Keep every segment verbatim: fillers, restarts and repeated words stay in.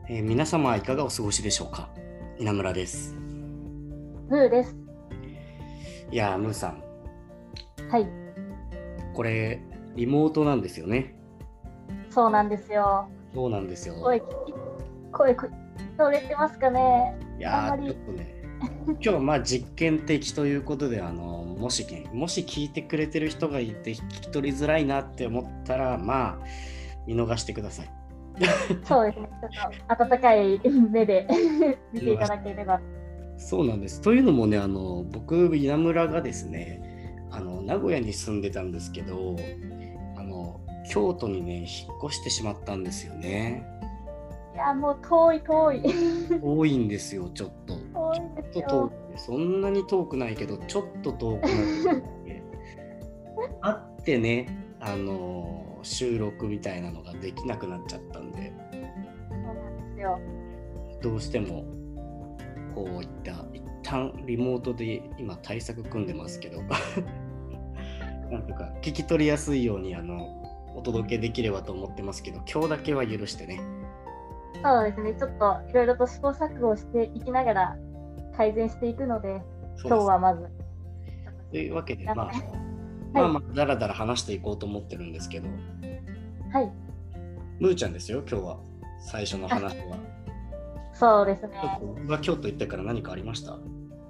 えー皆様いかがお過ごしでしょうか。稲村です。 ムーです。 いやー、ムーさん、 はい、 これリモートなんですよね。 そうなんですよ。 そうなんです声聞よ。 き、声聞取れてますかね。 いやー、ちょっあんまり、 とね、今日はまあ実験的ということで、あのもしね、もし聞いてくれてる人がいて聞き取りづらいなって思ったら、まあ見逃してください。 そうですね。ちょっと温かい目で見ていた見逃しだければ。 そうなんです。というのもね、あの僕稲村がですね、あの名古屋に住んでたんですけど、あの京都にね引っ越してしまったんですよね。 いや、もう遠い遠い。 遠いんですよ、ちょっと。 遠いでちょっと遠すよ。 くて、そんなに遠くないけど、ちょっと遠くなって会ってね、あのー収録みたいなのができなくなっちゃったんで、 そうなんですよ。 どうしてもこういった一旦リモートで今対策組んでますけど、なんとか聞き取りやすいようにあのお届けできればと思ってますけど、今日だけは許してね。 そうですね。ちょっといろいろと試行錯誤をしていきながら改善していくので、 そうです。 今日はまず、ちょっとというわけで、 やってまあ、 はい、 まあまあ、だらだら話していこうと思ってるんですけど、 はい。 ムーちゃんですよ、今日は。最初のあ、 話は。 そうですね。 ちょっと僕が京都行ってから何かありました？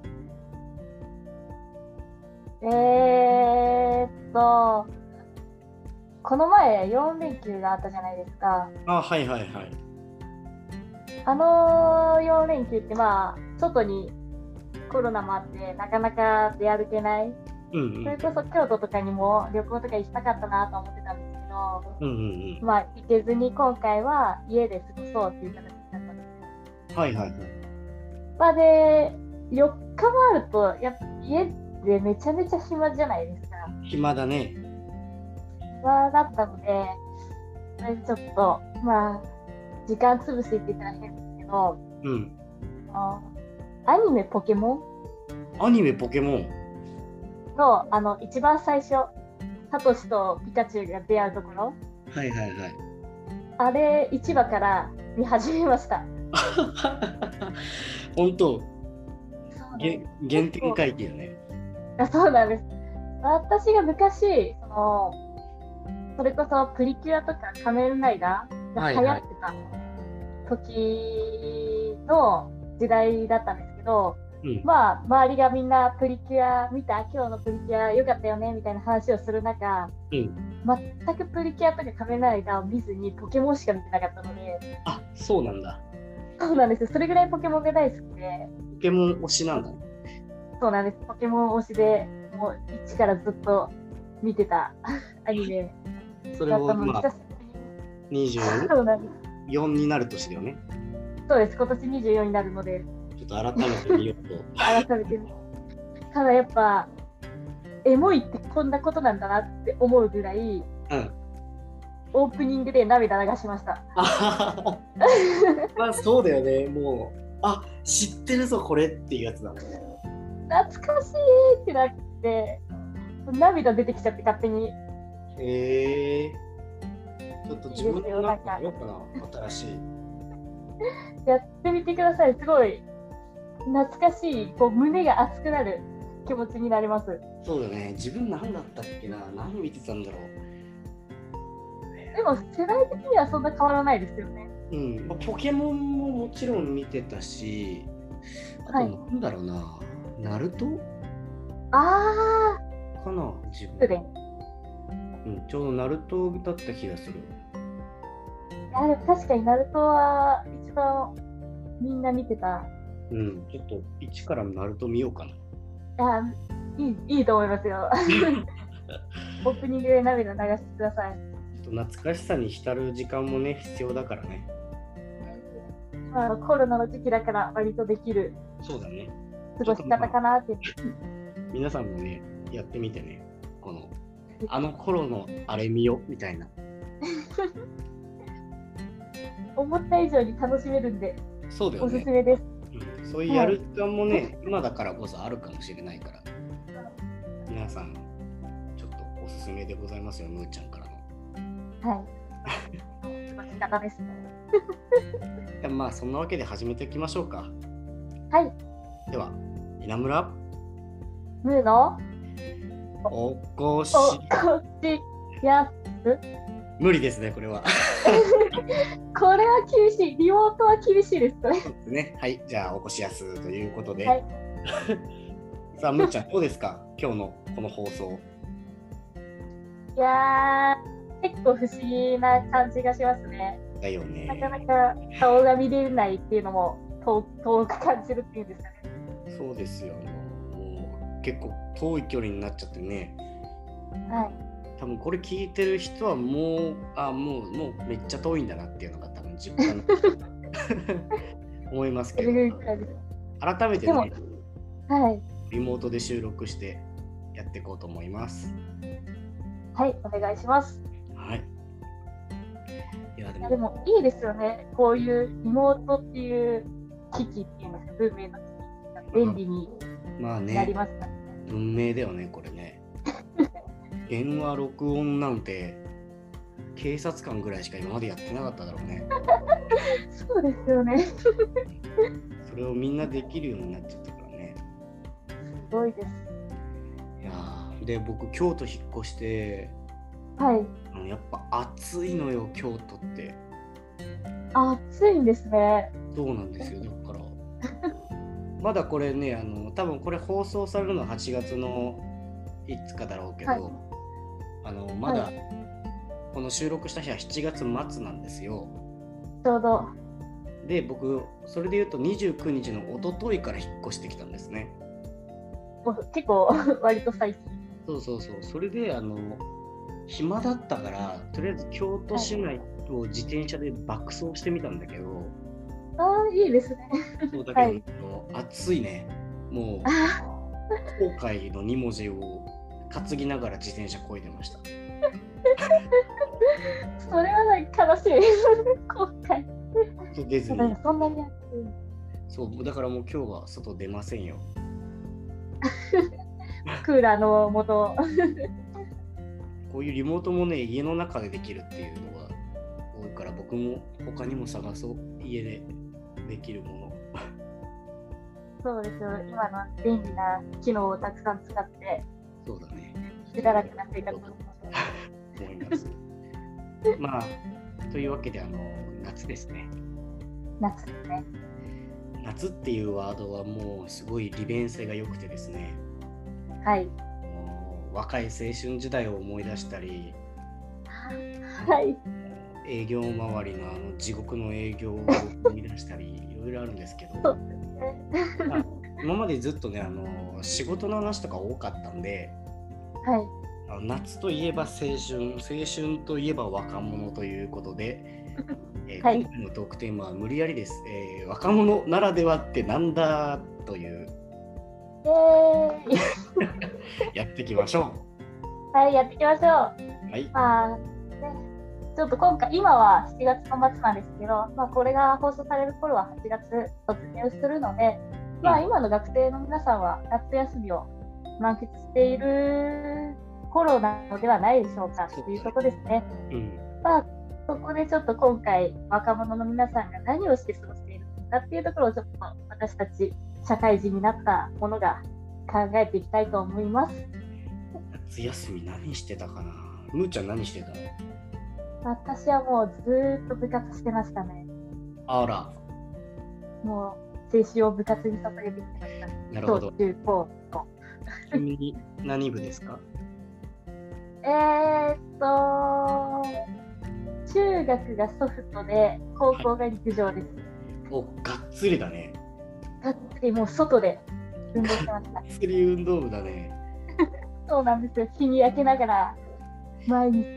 えーっと、この前よん連休があったじゃないですか。 あ、はいはいはい。 あのよん連休ってまあ、外にコロナもあってなかなか出歩けない。 うんうそれん。 こそ京都とかにも旅行とか行きたかったなと思ってたんですけうんうんど、まあ行けずに今回は家で過ごそうっていう形になったんです。 うん。はいはいはい。 まあで、よっかもあると、やっぱ家でめちゃめちゃ暇じゃないですか。 暇だね。 暇だったので、それでちょっと、まあ、時間潰しって言ったら変ですけど、 うん。 あアニメポケモアニメポケモン。 ンの、あの、一番最初、サトシとピカチュウが出会うところ、 はいはいはい。 あれいちわから見始めました。 本当、 そうなんげです。 原点結構、 回帰よね。 あ、そうなんです。私が昔、その、それこそプリキュアとか仮面ライダーが流行はいはい。 ってた時の時代だったんですけど、 うん。 まあ、周りがみんなプリキュア見た今日のプリキュア良かったよねみたいな話をする中、 うん。 全くプリキュアとか仮面ライダーを見ずにポケモンしか見てなかったので、 あ、そうなんだ。 そうなんですよ。それぐらいポケモンが大好きで、 ポケモン推しなんだね。 そうなんです。ポケモン推しで、もう一からずっと見てたアニメそれだったので、 をまあ、 久しぶりに。 にじゅうそうなんです。 よんになる年だよね。 そうです。今年にじゅうよんになるので、 ちょっと改めて見ようと。 改めて。ただやっぱ、エモいってこんなことなんだなって思うぐらい、 うん。 オープニングで涙流しました。 あははまあそうだよね。もう、あ、知ってるぞ、これっていうやつだもんね。 懐かしいってなって、涙出てきちゃって勝手に。 へえ。ちょっと自いいですよ、 分の中なんか。 でようかな、新しい。 やってみてください。すごい懐かしい、こう胸が熱くなる気持ちになります。 そうだね。自分何だったっけな。何見てたんだろう。 でも世代的にはそんな変わらないですよね。 うん。まあポケモンももちろん見てたし、あとはい。 なんだろうな。ナルトあかな、自ー、失分。 礼。いうん、ちょうどナルトだった気がする。 や、でも確かにナルトは一番みんな見てた。 うん。ちょっと一からナルト見ようかな。 あ、いい、いいと思いますよ。オープニングで涙流してください。 ちょっと懐かしさに浸る時間もね、必要だからね。 まあ、コロナの時期だから割とできるそうだね。 過ごしちょっとまあ、 方かなって。 皆さんもね、やってみてね。この、あの頃のあれ見よみたいな。 思った以上に楽しめるんで、おすそうだよね。 すめです。 うん、そういうやる時間もね、今だからこそあるかもしれないから、皆さん、ちょっとおすすめでございますよ、むーちゃんからの。 はい。 方ですね。 まあそんなわけで始めていきましょうか。 はい。 では稲村ムーのおこしおこしやす。 無理ですねこれは。 これは厳しい。リモートは厳しいですね。 そうですね。はい、じゃあおこしやすということで、 はい、 さあむーちゃんどうですか今日のこの放送。 いやー結構不思議な感じがしますね。 だよね。 なかなか顔が見れないっていうのも遠遠く感じるっていうんですかね。 そうですよ。もう結構遠い距離になっちゃってね。 はい。 多分これ聞いてる人はもうあもうもうめっちゃ遠いんだなっていうのが多分実感思いますけど、改めてね、 はい、 リモートで収録してやっていこうと思います。 はい、お願いします。 はい。いやでも、 でもいいですよね。こういうリモートっていう機器っていうんですか、文明の機器が便利になりましたね。 まあね、文明だよねこれね。電話録音なんて警察官ぐらいしか今までやってなかっただろうね。 そうですよね。 それをみんなできるようになっちゃったからね。 すごいです。 いやで僕京都引っ越して、 はい。 あのやっぱ暑いのよ京都って。 暑いんですね。 そうなんですよ。だからまだこれねあの多分これ放送されるのははちがつのいつかだろうけど、はい、あのまだ、はい、この収録した日はしちがつまつなんですよ。 ちょうど。 で僕それで言うとにじゅうくにちの一昨日から引っ越してきたんですね。 結構割と最近。 そうそうそう。それであの暇だったからとりあえず京都市内を自転車で爆走してみたんだけど、はい、 ああいいですね。 そうだけど、はい、暑いね。もう後悔のに文字を担ぎながら自転車こいでました。 それはなんか悲しい。後悔。 そう出ずに。そんなに暑い。 そうだからもう今日は外出ませんよ。 クーラーの元。 こういうリモートもね家の中でできるっていうのが多いから僕も他にも探そう家でできるもの。 そうですよ。今の便利な機能をたくさん使って。 そうだね。 しばらくな生活を思います。まあというわけであの夏ですね。 夏ですね。 夏っていうワードはもうすごい利便性が良くてですね。 はい。 若い青春時代を思い出したり、 はい。 営業周りのあの地獄の営業を思い出したりいろいろあるんですけど、まあ、今までずっとねあの仕事の話とか多かったんで、 はい。 あの夏といえば青春、青春といえば若者ということで、えーはい、今回のトークテーマは無理やりです、えー、若者ならではってなんだというイエーイやっていきましょう。はい、やっていきましょう。 はい。 まあね、ちょっと今回今はしちがつの末なんですけど、まあ、これが放送される頃ははちがつ突入するので、まあ、今の学生の皆さんは夏休みを満喫している頃なのではないでしょうかということですね。 うん、 まあ、そこでちょっと今回若者の皆さんが何をして過ごしているのかっていうところをちょっと私たち社会人になったものが考えていきたいと思います。 夏休み何してたかな。むーちゃん何してたの？ 私はもうずーっと部活してましたね。 あら。 もう青春を部活に捧げてきました。 なるほど。 小中高と。 ちなみに何部ですか？ えーっと中学がソフトで高校が陸上です。はい、 お、がっつりだね。 がっつりもう外で運動してました。 がっつり運動部だね。 そうなんですよ。日に焼けながら毎日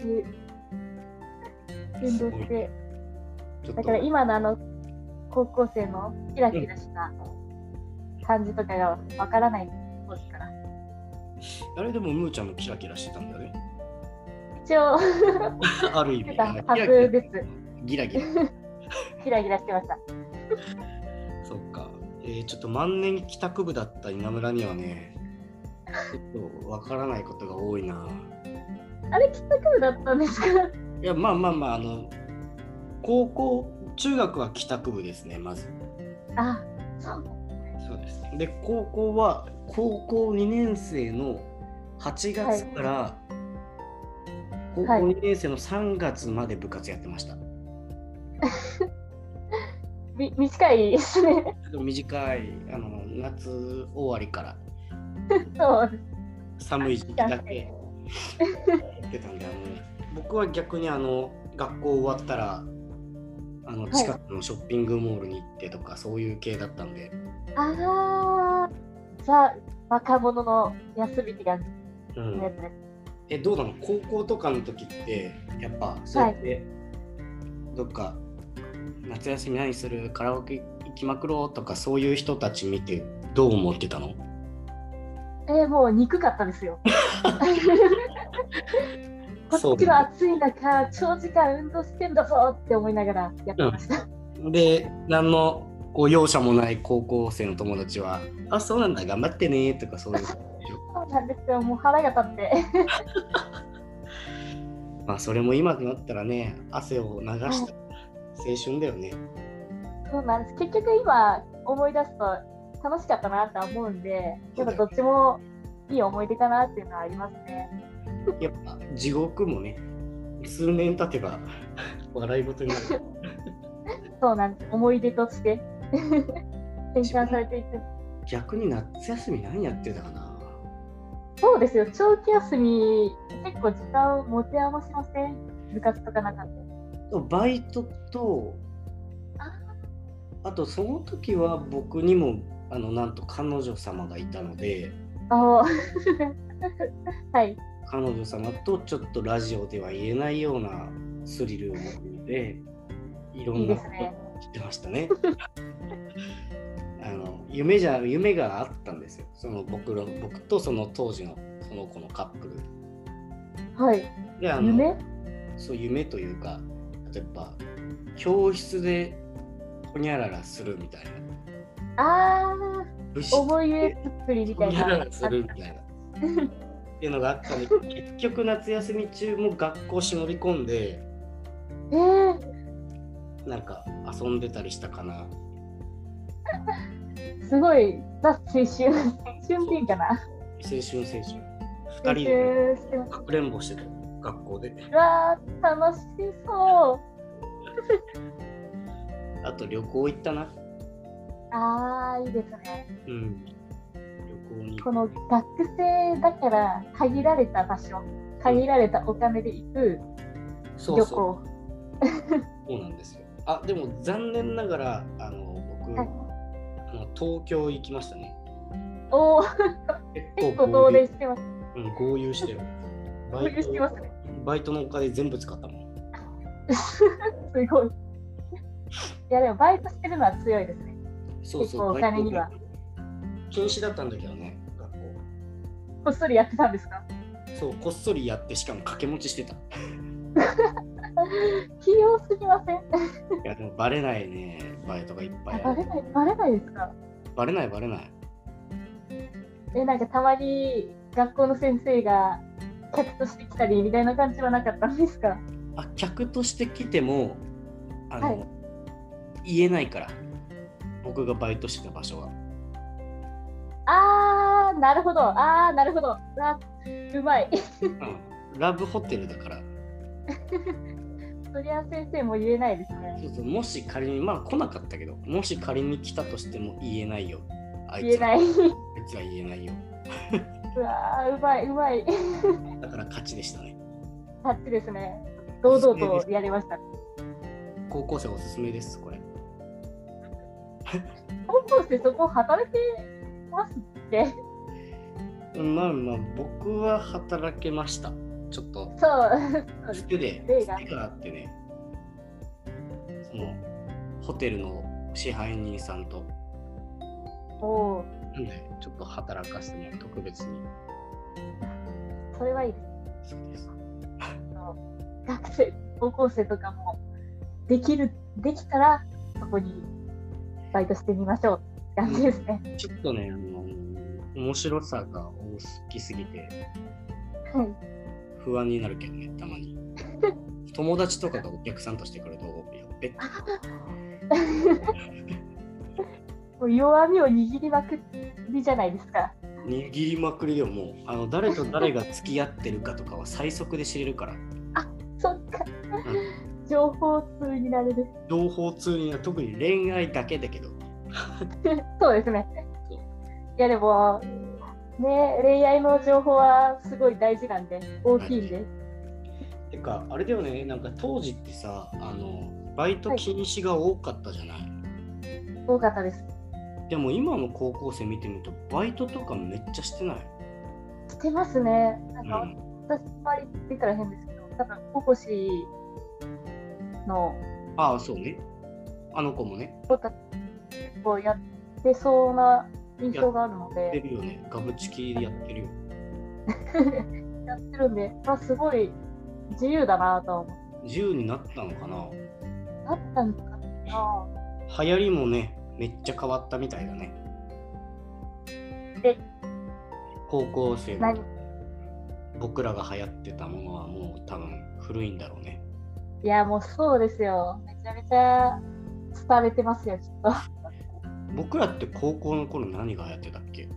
運動して、だから今のあの高校生のキラキラした感じとかがわからない当時から。 あれでもムーちゃんもキラキラしてたんだね。 一応ある意味はずです。 ギラギラギラギラしてました。 そっか、えー、ちょっと万年帰宅部だった稲村にはねちょっとわからないことが多いな。 あれ帰宅部だったんですか？ いやまあまあまああの高校、中学は帰宅部ですね、まず。 あ、そうそうです。で、高校は高校にねん生のはちがつから、はい、高校にねん生のさんがつまで部活やってました。 み短いですね。 短い、あの夏終わりからそう寒い時期だけやってたんで、あの僕は逆にあの学校終わったらあの近くのショッピングモールに行ってとか、はい、そういう系だったんで。 ああ、ザ若者の休みって感じのやつです。 うん、え、どうなの？高校とかの時ってやっぱそうやってどっか夏休み何する、カラオケ行きまくろうとか、そういう人たち見てどう思ってたの？ えー、もう憎かったですよ。こっちの暑い中、長時間運動してんだぞって思いながらやってました。 うん、で、何のこう容赦もない高校生の友達は、あ、そうなんだ、頑張ってねとか、そういう。 そうなんですよ、もう腹が立って。 まあ、それも今となったらね、汗を流した青春だよね。 そうなんです。結局今思い出すと楽しかったなと思うんで、やっぱどっちもいい思い出かなっていうのはありますね。 やっぱ地獄もね、数年経てば笑い事になる。 そうなんです。思い出として転換されていく。 逆に夏休み何やってたかな。 そうですよ。長期休み結構時間を持て余しません？部活とかなかった。 バイトと、あとその時は僕にもあのなんと彼女様がいたので、 あはい。 彼女様とちょっとラジオでは言えないようなスリルを持ってので、いろんなことしてましたね。あの夢じゃ夢があったんですよ。その 僕, の僕とその当時のその子のカップル。 はい。 で、あの夢？ そう夢というか、例えば教室でホニャララするみたいな。ああ。思い出作りみたいな。 ホニャララするみたいな。っていうのがあったんで、結局夏休み中も学校忍び込んで、 えー、 なんか遊んでたりしたかな。 すごい、ザ青春、青春っていうかな。 青春青春。二人でかくれんぼしてた、学校で。 うわー、楽しそう。 あと旅行行ったな。 あー、いいですね。 うん。旅行に。 この学生だから限られた場所、限られたお金で行く旅行。 そうそう。そうなんですよ。あ、でも残念ながら、あの僕、はい、あの東京行きましたね。 おお、結構遠出してます。 うん、豪遊してる。 豪遊してますね。 バイトのお金全部使ったもん。 すごい。いやでもバイトしてるのは強いですね。 そうそう。 結構お金には。 禁止だったんだけどね、学校。 こっそりやってたんですか？ そう、こっそりやって、しかも掛け持ちしてた。 器用すぎません？いやでもバレないね、バイトがいっぱいある。 バレない、バレないですか？ バレないバレない。 え、なんかたまに学校の先生が客として来たりみたいな感じはなかったんですか？ あ、客として来てもあの、はい、言えないから、僕がバイトしてた場所は。 あー、なるほど、あー、なるほど、あ、うまい、 うん、ラブホテルだからそりゃ先生も言えないですね。 そうそう、もし仮に、まあ来なかったけど、もし仮に来たとしても言えないよ。あいつ言えない。あいつは言えないよ。 うわー、うまい、うまい。 だから勝ちでしたね。 勝ちですね。堂々とやりました。 高校生おすすめです、これ。 高校生そこ働けますって。 まあまあ、僕は働けました。ちょっと。 そう。 つてで、つてがあってね、そのホテルの支配人さんと、 おなんでちょっと働かせても特別に。 それはいいです。 そうです。 学生、高校生とかもできる、できたらそこにバイトしてみましょうって感じですね。 ちょっとね、あの面白さが大きすぎて、 はい、 不安になるけどね、たまに。友達とかがお客さんとしてくると、やっえもう弱みを握りまくりじゃないですか。 握りまくりでももうあの誰と誰が付き合ってるかとかは最速で知れるから。 あ、そっか。 うん、 情報通になれる。 情報通には特に恋愛だけだけど。 そうですね。 そういやでも、ね、恋愛の情報はすごい大事なんで、大きいんで。はい、 てか、あれだよね、なんか当時ってさ、あのバイト禁止が多かったじゃない、はい、 多かったです。 でも今の高校生見てみると、バイトとかめっちゃしてない？ してますね。なんか、 うん、 私、周りって言ったら変ですけど、多分、ココシの、 ああ、そうね。あの子もね。 子たち結構やってそうな印象があるので。 やってるよね。ガブチキやってるよ。 やってるんで、まあ、すごい自由だなと思って。 自由になったのかな？ なったんかな？ 流行りもね、めっちゃ変わったみたいだね。 で、 高校生の僕らが流行ってたものはもう多分古いんだろうね。 いや、もうそうですよ。めちゃめちゃ伝えてますよ、きっと。 僕らって高校の頃何が流行ってたっけ？ えー、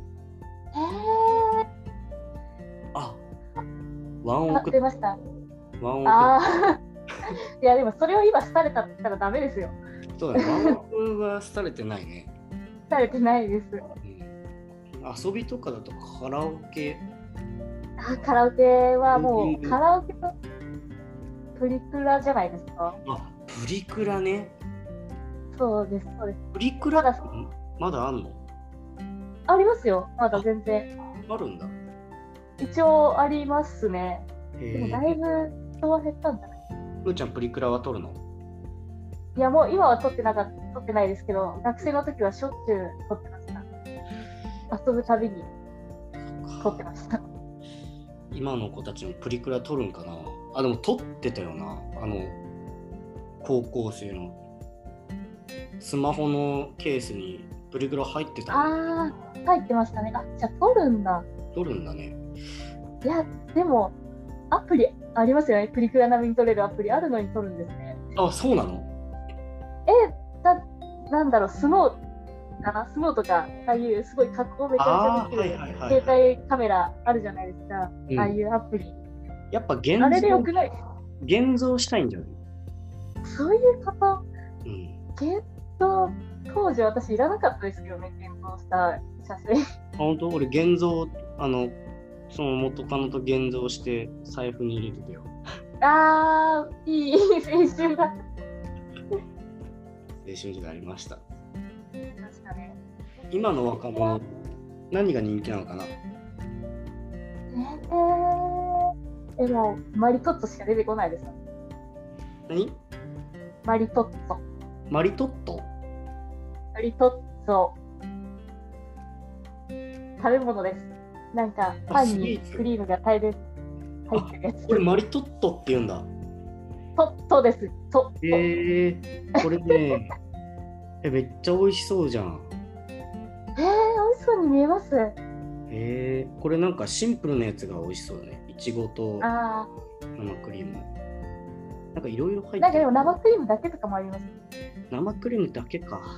あ、ワンオク。 出ました。 ワンオク。 あいや、でもそれを今廃れたって言ったらダメですよ。 そうだね、ワンオクは廃れてないね。 廃れてないです。うん、 遊びとかだとカラオケ。 あ、カラオケはもう、カラオケとプリクラじゃないですか。 あ、プリクラね。 そうです、そうです。 プリクラだまだあんの？ ありますよ、まだ全然。 あるんだ。 一応ありますね。でもだいぶ人は減ったんじゃない？ むーちゃんプリクラは撮るの？ いや、もう今は撮ってなかった、撮ってないですけど、学生の時はしょっちゅう撮ってました。遊ぶたびに撮ってました。 今の子たちもプリクラ撮るんかな？あ、でも撮ってたよな。あの高校生のスマホのケースにプリクラ入ってた。 ああ、入ってましたね。あ、じゃあ撮るんだ。 撮るんだね。 いや、でもアプリありますよね。プリクラ並みに撮れるアプリあるのに撮るんですね。 あ、そうなの？ え、だ、なんだろう、スノーかな、スノーとか、ああいうすごい加工めちゃめちゃできる携帯カメラあるじゃないですか。うん、ああいうアプリ。 やっぱ現像、 あれでよくない？ 現像したいんじゃない？ そういうこと、 うん、 現像、当時私いらなかったですけどね、現像した写真。 本当？俺現像、あの、その元カノと現像して財布に入れてたよ。 あー、いい、青春だ。 青春時代ありました。 確かね。 今の若者、何が人気なのかな？ えー、でも、マリトッツォしか出てこないです。 何？ マリトッツォ。 マリトット？ マリトッツォ。食べ物です。なんか、パンにクリームが大量に入ってるやつ。 これマリトットって言うんだ。 トットです。トット。 えー、これねえ、めっちゃ美味しそうじゃん。 えー、美味しそうに見えます。 えー、これなんかシンプルなやつが美味しそうだね。いちごと生クリーム。なんかいろいろ入ってる。 なんかでも生クリームだけとかもあります。 生クリームだけか。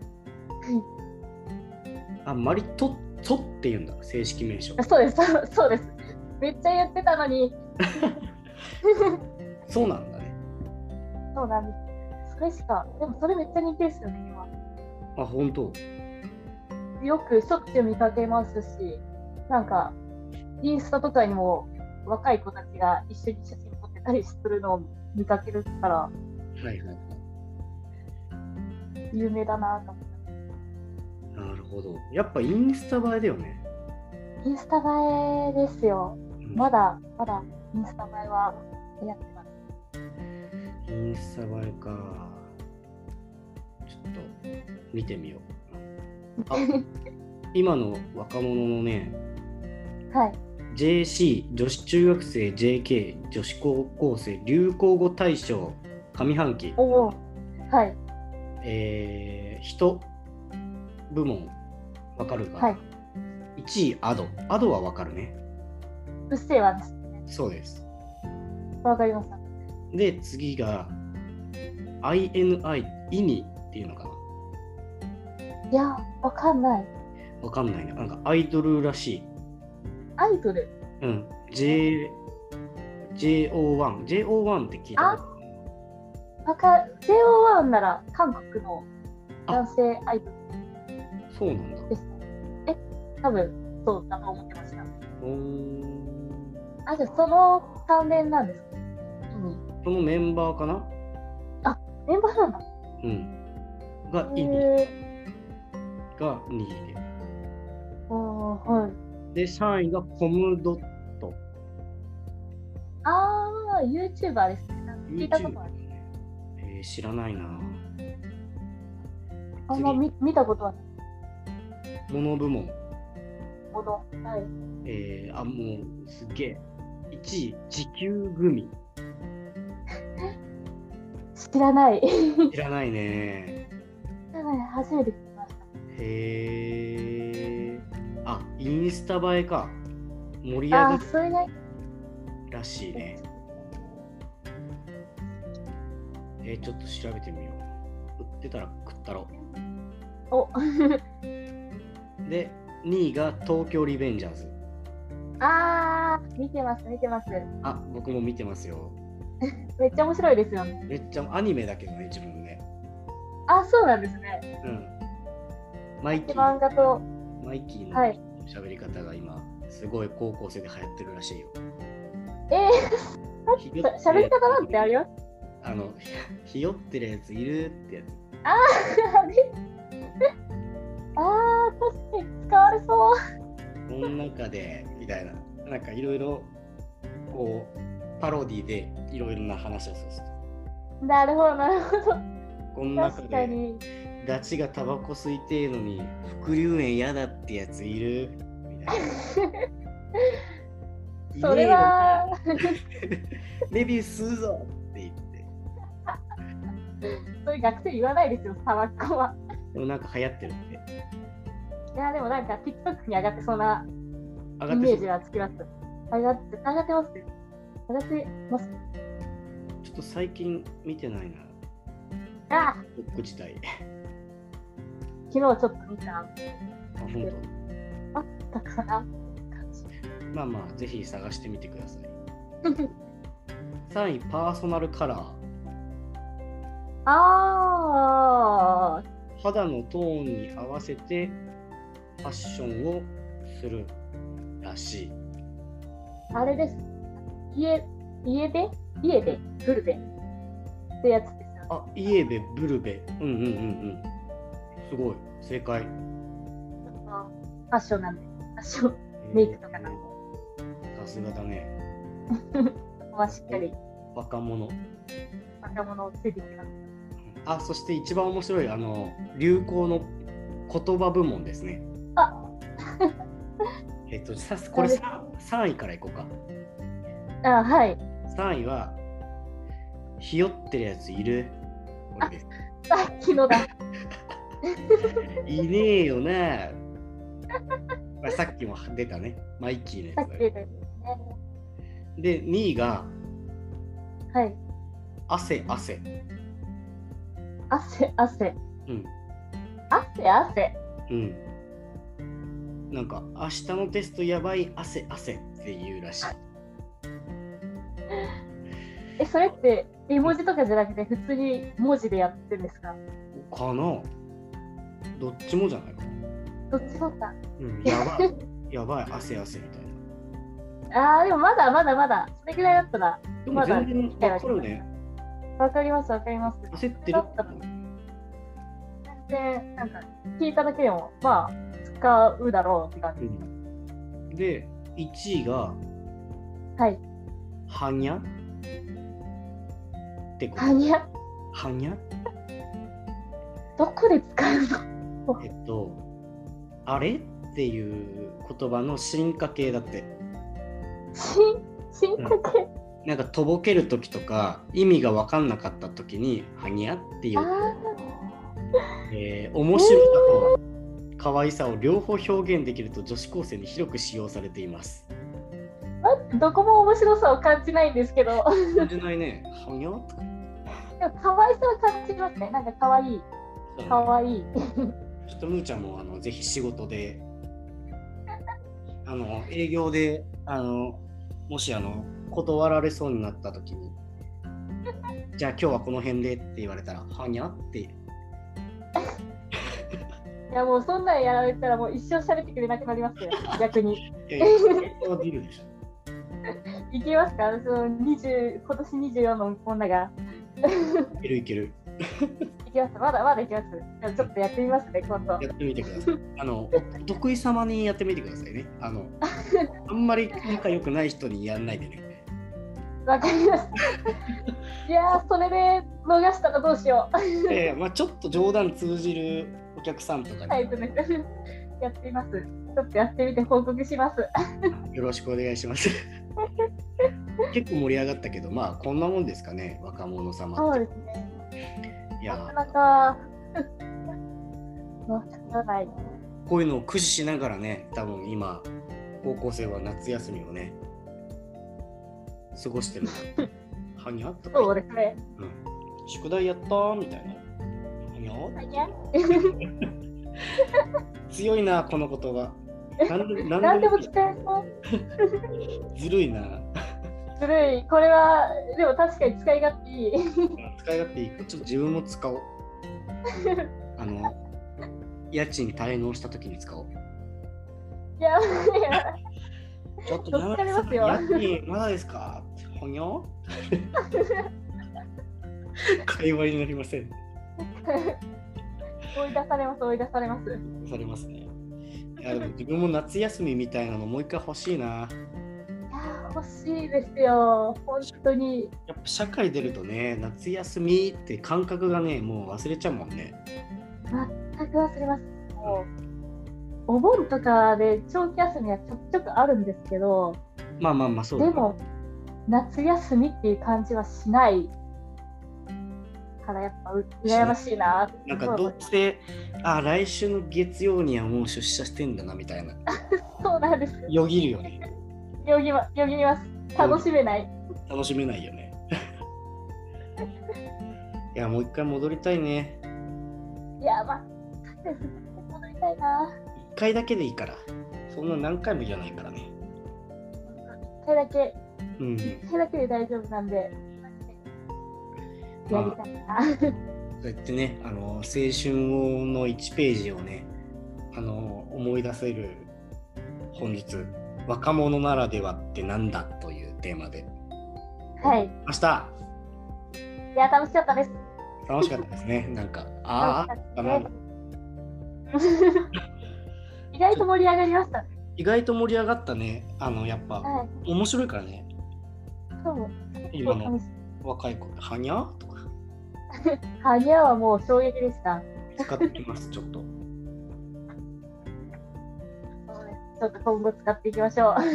あ、マリトットって言うんだ、正式名称。 そうです、そうです。めっちゃ言ってたのに。 そうなんだね。 そうなんです。それしか、でもそれめっちゃ人気ですよね、今。 あ、本当。 よくしょっちゅう見かけますし、なんか、インスタとかにも若い子たちが一緒に写真撮ってたりするのを見かけるから、 はいはいはい。 有名だなと思って。 なるほど。やっぱインスタ映えだよね。 インスタ映えですよ。うん、まだまだインスタ映えはやってます。 インスタ映えか。ちょっと見てみよう。あ今の若者のね、 はい、 ジェーシー 女子中学生 ジェーケー 女子高校生流行語大賞上半期。 おー、はい。 えー、人部門わかるかな、はい、いちいアド。アドはわかるね。 うっせぇわですね。 そうです。 わかりました。 で次がアイエヌアイ、イニっていうのかな。 いや、わかんない。 わかんないな。なんかアイドルらしい。 アイドル。 うん。J、ジェイオーワン。ジェイオーワン って聞いたことある。 わか ジェイオーワン なら韓国の男性アイドルそうなんだ。 ですね。え、多分そうだと思ってました。 おーあ、じゃあその関連なんですか？うん。 そのメンバーかな。 メンバーなんだ。 うん。がイニへがにいで。 ー、あーはい。 で、さんいがコムドット。 ああ、YouTuber ですね。なんか聞いたことある。 えー、知らないな。 あんま見見たことはないモノ部門。 もの。はい。 えー、あ、もうすげえ。いちい、地球グミ。 知らない。 知らないね。 知らない。初めて聞きました。 へえ。あ、インスタ映えか。盛りああ、 上がそれが。 るらしいね。えー、ちょっと調べてみよう。売ってたら食ったろ。 おで、にいが東京リベンジャーズ。 ああ、見てます、見てます。 あ、僕も見てますよ。 めっちゃ面白いですよね。 めっちゃアニメだけどね、自分ね。 あ、そうなんですね。 うん。マイキ漫ー、 画と、 マイキーのはい喋り方が今、すごい高校生で流行ってるらしいよ。 えひよー、しゃべり方なんてあります？ あの、ひよってるやついるってやつ。 あー、あれあー、確かに使われそう。 この中で、みたいな。なんかいろいろ、こう、パロディでいろいろな話をする。 なるほど、なるほど。 この中確かで、 に。 ガチがタバコ吸いてえのに、副流煙嫌だってやついるみたいな。 それは、 レビューするぞって言って。 そういう学生言わないですよ、タバコは。 でもなんか流行ってるって。 いや、でもなんか TikTok に上がってそうな上がってそうイメージはつきます。上がって、上がってますよ。上がってます。 ちょっと最近見てないな。 あ、 ブック自体。 昨日ちょっと見た。 あ、本あったかな。 当。まあまあ、ぜひ探してみてください。さんい、パーソナルカラー。 あー、 肌のトーンに合わせてファッションをするらしい。 あれです。家、家で家でブルベってやつですよね。 あ、イエベ、ブルベ。うんうんうんうん。すごい。正解。 ファッションなんで、ファッション、メイクとかなんで、 さすがだね。 そこはしっかり若者。 若者をついてきます。 あ、そして一番面白い、あの、流行の言葉部門ですね。 あえっと、さこれ 3, さんいからいこうか。 あ、はい。 さんいは、ひよってるやついる？これです。 さっきのだ。 いねえよな。まあさっきも出たね。マイキーのやつだよ。 さっき出たやつね。 で、にいが、 はい。 汗汗。 汗、汗。 うん。 汗、汗。 うん。なんか、明日のテストやばい汗汗って言うらしい。 え、それって絵文字とかじゃなくて普通に文字でやってるんですか？ かな？どっちもじゃないかな。 どっちもか。 うん、やばい。やばい汗汗みたいな。 ああ、でもまだまだまだ、それぐらいだったら、 でも全然わかるね。 わかります、わかります。 焦ってるだったら全然、なんか、聞いただけでも、まあ、使うだろうって感じ。 うん、で、いちいが、 はい。 はにゃってこと。 はにゃはにゃどこで使うの？ えっと、あれっていう言葉の進化系だって。 進進化系、うん、 なんかとぼけるときとか意味が分かんなかったときにはにゃっていうと、えー、面白さと可愛さを両方表現できると女子高生に広く使用されています。 どこも面白さを感じないんですけど。 感じないね。はにゃとか。 でも可愛さは感じますね。なんか可愛い。可愛い。 ちょっとむーちゃんもあのぜひ仕事で、あの営業であのもしあの断られそうになった時に、じゃあ今日はこの辺でって言われたら、はにゃって。 いやもうそんなんやられたらもう一生喋ってくれなくなりますよ。逆に。 いやいや、それは出るでしょ。 いけますか？そのにじゅう今年にじゅうよんの女が。 いけるいける。 いきます。まだまだいきます。でもちょっとやってみますね、今度。 やってみてください。あの、お得意様にやってみてくださいね。あの、あんまり仲良くない人にやんないでね。 わかりました。いやー、それで逃したらどうしよう。 えーまあ、ちょっと冗談通じるお客さんとかに、 はい、やってみます。ちょっとやってみて報告します。 よろしくお願いします。結構盛り上がったけど、まあこんなもんですかね、若者様そうって。 ですね。 いやなかなか、わからない。 こういうのを駆使しながらね、多分今、高校生は夏休みをね、過ごしてる。はにゃとか言って、 そうですね。 うん、宿題やったーみたいな。はにゃはにゃ強いな、この言葉。なんでなん何でもで使えそう。 ずるいな。 ずるい。これは、でも確かに使い勝手いい。 使い勝手いいからちょっと自分も使おう。あの、家賃滞納したときに使おう。 いや、いやちょっとどっちかありますよ家賃まだですかほにょ会話になりません。 追い出されます、追い出されます。 されますね。いやでも自分も夏休みみたいなのもう一回欲しいな。 いやー、欲しいですよ。本当に。 やっぱ社会出るとね、夏休みって感覚がね、もう忘れちゃうもんね。 全く忘れます。もうお盆とかで長期休みはちょくちょくあるんですけど、 まあまあまあそうだね。 でも夏休みっていう感じはしないからやっぱう羨ましいな。 なんかどうせ、あ、来週の月曜にはもう出社してんだなみたいな。 そうなんです。 よぎるよね。 よぎま、よぎります。楽しめない。 楽しめないよね。いや、もう一回戻りたいね。 いや、まあ、戻りたいな。 一回だけでいいから。そんな何回もじゃないからね。 一回だけ、 うん。 一回だけで大丈夫なんで、やりたいな。 そうやってね、あの青春のいちページをね、あの思い出せる本日、若者ならではってなんだというテーマで。 はい。 明日、 いや、楽しかったです。 楽しかったですね。なんか、ああ、かな。 意外と盛り上がりましたね。 意外と盛り上がったね。あの、やっぱ、 はい。 面白いからね。 そう。 今の若い子、はにゃとかはにゃはもう衝撃でした。 使ってきます、ちょっと。 ちょっと今後使っていきましょう。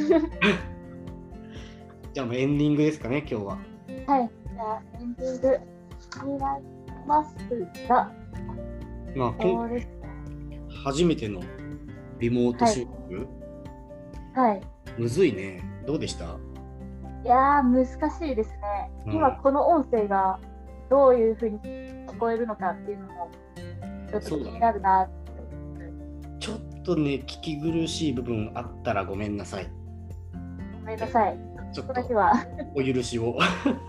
じゃあもうエンディングですかね、今日は。 はい。じゃあ、エンディングになりますが、 まあ、今そうです。 初めてのリモート収録、 はい。 むずいね。どうでした？ いやー、難しいですね。 うん今、この音声がどういうふうに聞こえるのかっていうのも、ちょっと気になるなって。 ちょっとね、聞き苦しい部分あったらごめんなさい。 ごめんなさい。 ちょっここだけは。 とお許しを。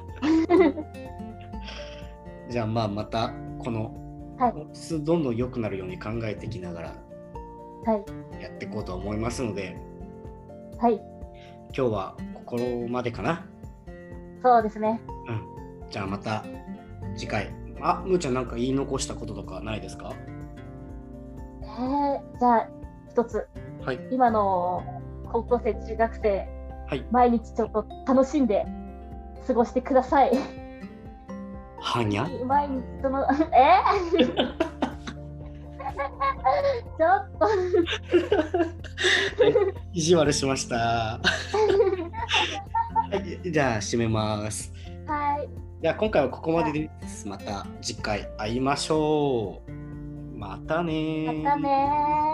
じゃあまあまたこのはい。 音質どんどん良くなるように考えていきながらはい。 やっていこうと思いますので、 はい。 今日はここまでかな。 そうですね。 うん。じゃあまた次回。あ、むーちゃんなんか言い残したこととかないですか？ えー、じゃあ、一つ。 はい。 今の高校生、中学生、 はい。 毎日ちょっと楽しんで過ごしてください。 はにゃ毎日その、えー、ちょっと意地悪しました。はい、じゃあ締めます。 はい。 じゃあ今回はここまでです。また次回会いましょう。またねー。 またねー。